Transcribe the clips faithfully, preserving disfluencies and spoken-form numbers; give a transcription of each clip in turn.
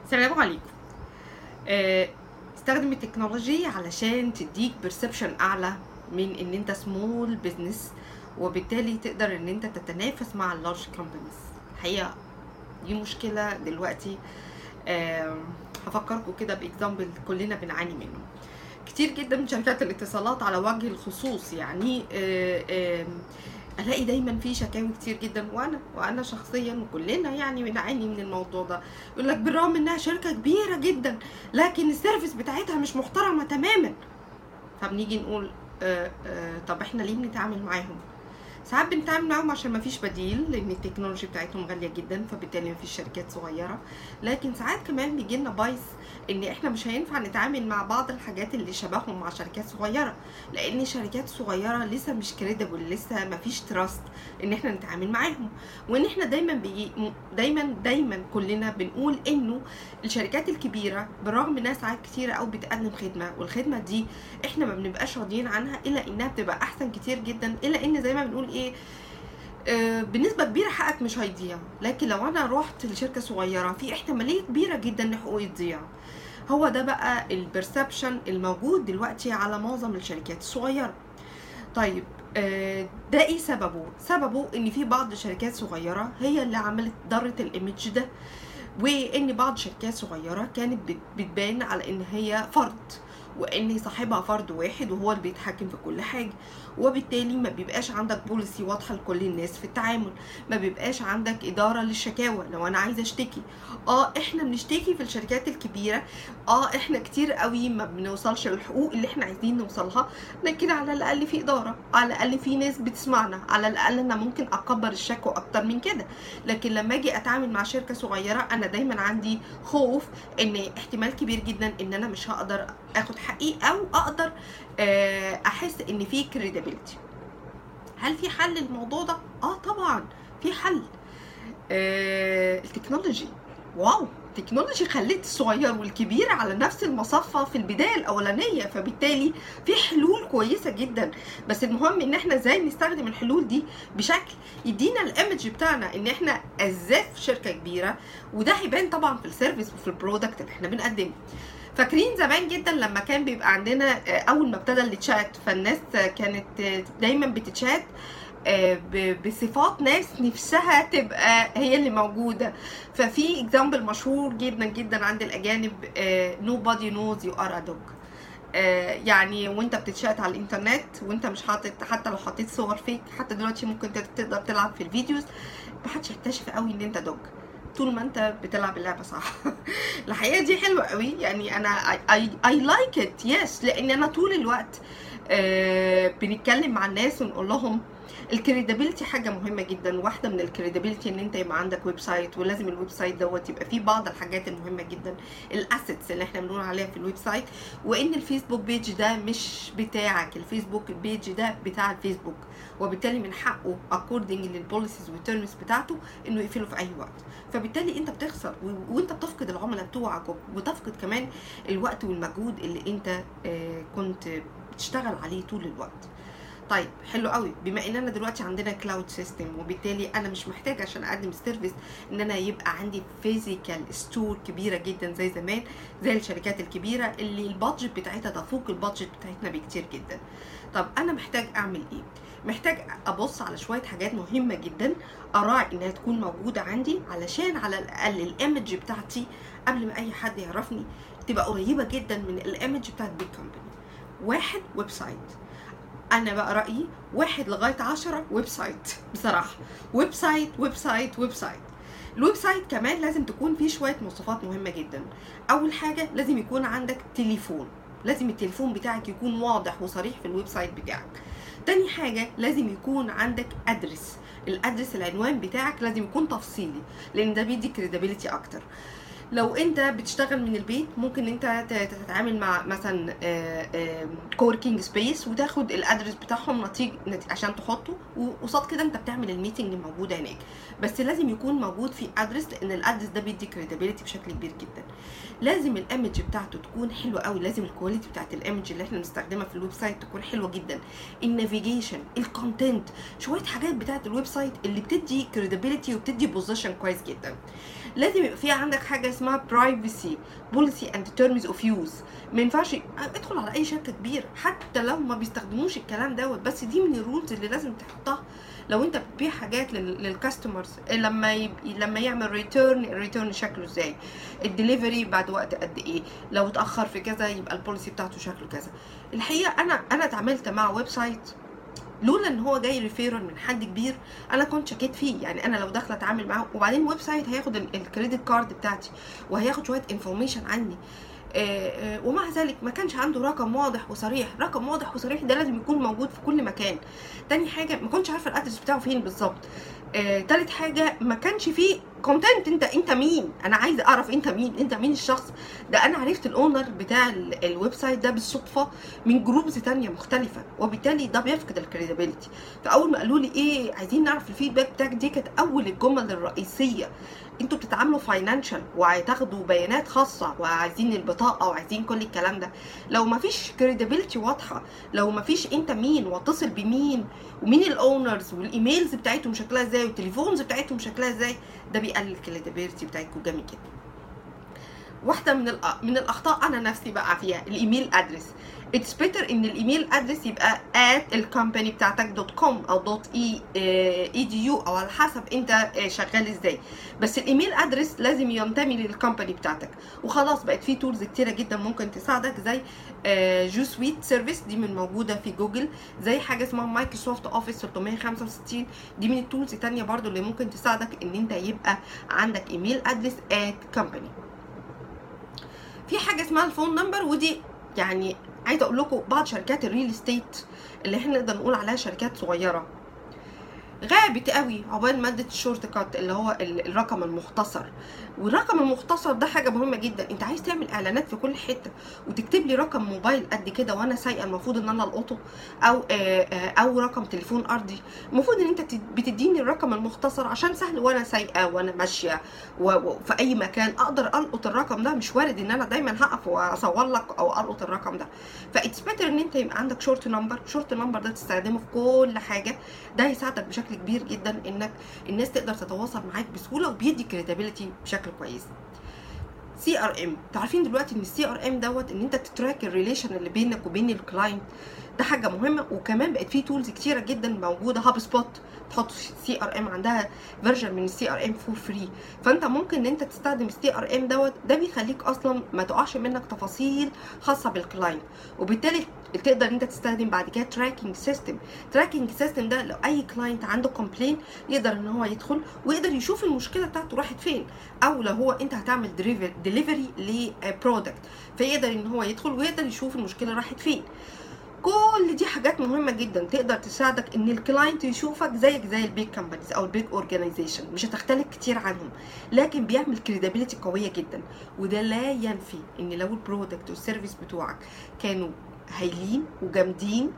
السلام عليكم. آه، استخدم التكنولوجي علشان تديك برسبشن اعلى من ان انت سمول بزنس، وبالتالي تقدر ان انت تتنافس مع اللارج كومبانيز. الحقيقه دي مشكله دلوقتي. آه، هفكركم كده باكزامبل كلنا بنعاني منه. كتير جدا من شركات الاتصالات على وجه الخصوص، يعني آه، آه، الاقي دايما في شكاوي كتير جدا، وانا وانا شخصيا وكلنا يعني بنعاني من الموضوع ده. يقول لك بالرغم انها شركه كبيره جدا لكن السيرفيس بتاعتها مش محترمه تماما. فبنيجي نقول آه آه طب احنا ليه بنتعامل معاهم؟ ساعات بنتعامل معاهم عشان مفيش بديل، لان التكنولوجي بتاعتهم غاليه جدا، فبالتالي مفيش شركات صغيره. لكن ساعات كمان بيجي لنا بايظ ان احنا مش هينفع نتعامل مع بعض الحاجات اللي شبههم مع شركات صغيره، لان شركات صغيره لسه مش كريديبل، لسه مفيش تراست ان احنا نتعامل معاهم. وان احنا دايما بيجي دايما دايما كلنا بنقول انه الشركات الكبيره بالرغم انها ساعات كتيره او بتقدم خدمه، والخدمه دي احنا ما بنبقاش راضيين عنها، الا انها بتبقى احسن كتير جدا، الا ان زي ما بنقول ايه آه بنسبه كبيره حقك مش هيضيع. لكن لو انا رحت لشركه صغيره في احتماليه كبيره جدا ان حقوقي تضيع. هو ده بقى البرسبشن الموجود دلوقتي على معظم الشركات الصغيره. طيب آه ده ايه سببه؟ سببه ان في بعض الشركات صغيره هي اللي عملت ضرت الايمج ده، وان بعض شركات صغيره كانت بتبان على ان هي فرد، وان صاحبها فرد واحد وهو اللي بيتحكم في كل حاجه، وبالتالي ما بيبقاش عندك بوليسي واضحه لكل الناس في التعامل، ما بيبقاش عندك اداره للشكاوى. لو انا عايزه اشتكي، اه احنا بنشتكي في الشركات الكبيره، اه احنا كتير قوي ما بنوصلش للحقوق اللي احنا عايزين نوصلها، لكن على الاقل في اداره، على الاقل في ناس بتسمعنا، على الاقل انا ممكن اكبر الشكوى اكتر من كده. لكن لما اجي اتعامل مع شركه صغيره انا دايما عندي خوف ان احتمال كبير جدا ان انا مش هقدر اخد حقي، او اقدر احس ان في كريديبيليتي. هل في حل للموضوع ده؟ اه طبعا في حل. آه التكنولوجي، واو، التكنولوجي خلت الصغير والكبير على نفس المصفة في البداية الأولانية، فبالتالي في حلول كويسة جدا. بس المهم ان احنا ازاي نستخدم الحلول دي بشكل يدينا الايمج بتاعنا ان احنا ازاف شركة كبيرة، وده هيبان طبعا في السيرفيس وفي البرودكت اللي احنا بنقدمه. فاكرين زمان جدا لما كان بيبقى عندنا اول ما ابتدى التشات، فالناس كانت دايما بتتشات بصفات ناس نفسها تبقى هي اللي موجوده. ففي اكزامبل مشهور جدا جدا عند الاجانب، nobody knows you are a dog. يعني وانت بتتشات على الانترنت وانت مش حاطط، حتى لو حطيت صور فيك، حتى دلوقتي ممكن تقدر تلعب في الفيديوز، محدش يكتشف قوي ان انت دوج طول ما انت بتلعب اللعبه صح. الحقيقه دي حلوه قوي، يعني انا I, I like it yes، لان انا طول الوقت آه بنتكلم مع الناس ونقول لهم الكريديبيليتي حاجه مهمه جدا. واحده من الكريديبيليتي ان انت يبقى عندك ويب سايت، ولازم الويب سايت دوت يبقى فيه بعض الحاجات المهمه جدا، الاسيتس اللي احنا بنقول عليها في الويب سايت، وان الفيسبوك بيج ده مش بتاعك، الفيسبوك بيج ده بتاع الفيسبوك، وبالتالي من حقه اكوردنج للبوليسيز والتيرمز بتاعته انه يقفله في اي وقت. فبالتالي انت بتخسر وانت بتفقد العملاء بتوعك، وبتفقد كمان الوقت والمجهود اللي انت آه كنت بتشتغل عليه طول الوقت. طيب حلو قوي، بما ان انا دلوقتي عندنا كلاود سيستم، وبالتالي انا مش محتاجه عشان اقدم السيرفيس ان انا يبقى عندي فيزيكال ستور كبيره جدا زي زمان، زي الشركات الكبيره اللي البادجت بتاعتها تفوق البادجت بتاعتنا بكتير جدا. طب انا محتاج اعمل ايه؟ محتاج ابص على شويه حاجات مهمه جدا اراعي انها تكون موجوده عندي، علشان على الاقل الايمج بتاعتي قبل ما اي حد يعرفني تبقى قريبه جدا من الايمج بتاعت بيج كومباني. واحد، ويب سايت. انا بقى رايي واحد لغايه عشرة ويب سايت بصراحه. ويب سايت ويب سايت ويب سايت. الويب سايت كمان لازم تكون فيه شويه مواصفات مهمه جدا. اول حاجه لازم يكون عندك تليفون، لازم التليفون بتاعك يكون واضح وصريح في الويب سايت بتاعك. تاني حاجه لازم يكون عندك ادرس، الادرس العنوان بتاعك لازم يكون تفصيلي، لان ده بيدي كريديبيليتي اكتر. لو انت بتشتغل من البيت ممكن انت تتعامل مع مثلا كوركينج سبيس وتاخد الادرس بتاعهم نتيجه عشان تحطه، وقصاد كده انت بتعمل الميتنج الموجوده هناك. بس لازم يكون موجود في ادرس، لان الادرس ده بيدي كريديبيليتي بشكل كبير جدا. لازم الايمج بتاعته تكون حلوه قوي، لازم الكواليتي بتاعت الايمج اللي احنا بنستخدمها في الويب سايت تكون حلوه جدا. النافيجيشن، الكونتنت، شويه حاجات بتاعت الويب سايت اللي بتدي كريديبيليتي وبتدي بوزيشن كويس جدا. لازم يبقى في عندك حاجه اسمها privacy policy and terms of use. ما ينفعش ادخل على اي شركه كبيره حتى لو ما بيستخدموش الكلام دوت، بس دي من الرولز اللي لازم تحطها. لو انت بتبيع حاجات للكاستمرز، لما يب... لما يعمل ريتيرن، الريتيرن شكله ازاي، الدليفري بعد وقت قد ايه، لو اتاخر في كذا يبقى البوليسي بتاعته شكله كذا. الحقيقه انا انا اتعاملت مع ويب سايت لولا ان هو جاي ريفيرال من حد كبير انا كنت شكيت فيه. يعني انا لو داخله اتعامل معاه، وبعدين ويب سايت هياخد الكريدت كارد بتاعتي وهياخد شويه انفورميشن عني، آآ آآ ومع ذلك ما كانش عنده رقم واضح وصريح. رقم واضح وصريح ده لازم يكون موجود في كل مكان. تاني حاجه ما كنتش عارفه الادرس بتاعه فين بالظبط. تالت حاجه ما كانش فيه كونتنت. انت انت مين؟ انا عايزه اعرف انت مين، انت مين الشخص ده. انا عرفت الاونر بتاع الويب سايت ده بالصدفه من جروبز تانية مختلفه، وبالتالي ده بيفقد الكريديبيليتي. فاول ما قالوا لي ايه عايزين نعرف الفيدباك بتاعك، دي كانت اول الجمل الرئيسيه. انتوا بتتعاملوا فاينانشال وهتاخدوا بيانات خاصه وعايزين البطاقه وعايزين كل الكلام ده. لو ما فيش كريديبيليتي واضحه، لو ما فيش انت مين واتصل بمين ومين الاونرز والايميلز بتاعتهم شكلها ازاي والتليفونز بتاعتهم شكلها ازاي، ده بيقلل الكريديبيليتي بتاعتكم جامد جدا. واحده من من الاخطاء انا نفسي بقى فيها الايميل ادرس. اتس بيتر ان الايميل ادرس يبقى at الكومباني بتاعتك دوت كوم او دوت اي اي دي يو او على حسب انت شغال ازاي، بس الايميل ادرس لازم ينتمي للكومباني بتاعتك. وخلاص بقت في تولز كتيره جدا ممكن تساعدك، زي جو سويت سيرفيس دي من موجوده في جوجل، زي حاجه اسمها مايكروسوفت اوفيس ثلاثمية وخمسة وستين دي من التولز الثانيه برضو اللي ممكن تساعدك ان انت يبقى عندك ايميل ادرس at كومباني. في حاجه اسمها الفون نمبر، ودي يعني عايزه اقول لكم بعض شركات الريل استيت اللي احنا نقدر نقول عليها شركات صغيره غابت قوي عقبال ماده الشورت كات اللي هو الرقم المختصر. والرقم المختصر ده حاجه مهمه جدا. انت عايز تعمل اعلانات في كل حته وتكتب لي رقم موبايل قد كده وانا سايقه المفروض ان انا القطه، او او رقم تليفون ارضي، المفروض ان انت بتديني الرقم المختصر عشان سهل وانا سايقه وانا ماشيه وفي اي مكان اقدر القط الرقم ده. مش وارد ان انا دايما هقف واصور لك او القط الرقم ده. فايتس بيتر ان انت يبقى عندك شورت نمبر. شورت نمبر ده تستخدمه في كل حاجه، ده هيساعدك بشكل كبير جدا انك الناس تقدر تتواصل معاك بسهوله وبيدي كريديبيليتي بشكل كويس. سي ار ام، تعرفين دلوقتي ان السي ار ام دوت ان انت تتراك الريليشن اللي بينك وبين الكلاينت، ده حاجه مهمه. وكمان بقت في تولز كتيره جدا موجوده. هاب سبوت تحط سي ار ام عندها فيرجن من السي ار ام فور فري، فانت ممكن ان انت تستخدم السي ار ام دوت. ده بيخليك اصلا ما تقعش منك تفاصيل خاصه بالكلاينت، وبالتالي تقدر انت تستخدم بعد كده تراكنج سيستم. تراكنج سيستم ده لو اي كلاينت عنده كومبلين يقدر ان هو يدخل ويقدر يشوف المشكله بتاعته راحت فين، او لو هو انت هتعمل ديليفري لبرودكت فيقدر ان هو يدخل ويقدر يشوف المشكله راحت فين. كل دي حاجات مهمه جدا تقدر تساعدك ان الكلاينت يشوفك زيك زي البيج كومبانيز او البيج اورجانيزيشن. مش هتختلف كتير عنهم، لكن بيعمل كريديبيليتي قويه جدا. وده لا ينفي ان لو البرودكت والسيرفيس بتوعك كانوا هايلين وجامدين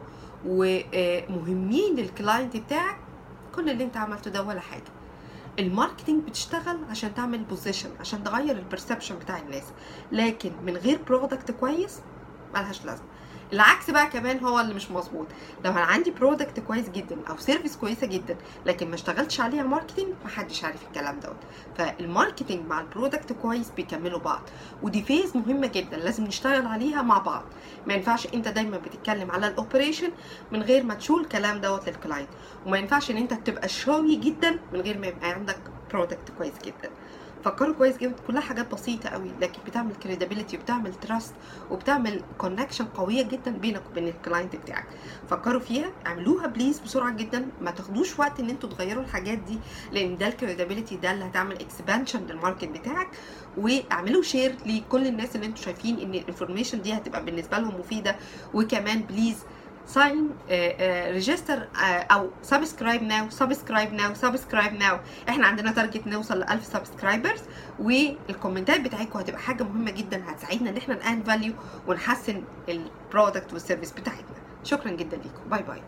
ومهمين للكلاينت بتاعك، كل اللي انت عملته ده ولا حاجه. الماركتينج بتشتغل عشان تعمل بوزيشن، عشان تغير البرسبشن بتاع الناس، لكن من غير برودكت كويس ملهاش لازمه. العكس بقى كمان هو اللي مش مظبوط. لو انا عندي برودكت كويس جدا او سيرفيس كويسه جدا لكن ما اشتغلتش عليها ماركتنج، محدش عارف الكلام دوت. فالماركتنج مع البرودكت كويس بيكملوا بعض، ودي فيز مهمه جدا لازم نشتغل عليها مع بعض. ما ينفعش انت دايما بتتكلم على الاوبريشن من غير ما تشوف الكلام دوت للكلاينت، وما ينفعش ان انت تبقى شاوي جدا من غير ما يبقى عندك برودكت كويس جدا. فكروا كويس جدا، كلها حاجات بسيطه قوي لكن بتعمل كريديبيليتي وبتعمل تراست وبتعمل كونكشن قويه جدا بينك وبين الكلاينت بتاعك. فكروا فيها، اعملوها بليز بسرعه جدا، ما تاخدوش وقت ان انتوا تغيروا الحاجات دي، لان ده الكريديبيليتي ده اللي هتعمل اكسبانشن للماركت بتاعك. واعملوا شير لكل الناس اللي انتوا شايفين ان الانفورميشن دي هتبقى بالنسبه لهم مفيده. وكمان بليز ساين ريجستر او سبسكرايب ناو سبسكرايب ناو سبسكرايب ناو. احنا عندنا تارجت نوصل ل ألف سبسكرايبرز، والكومنتات بتاعتكم هتبقى حاجه مهمه جدا، هتساعدنا ان احنا نان فاليو ونحسن البرودكت والسيرفيس بتاعتنا. شكرا جدا ليكم، باي باي.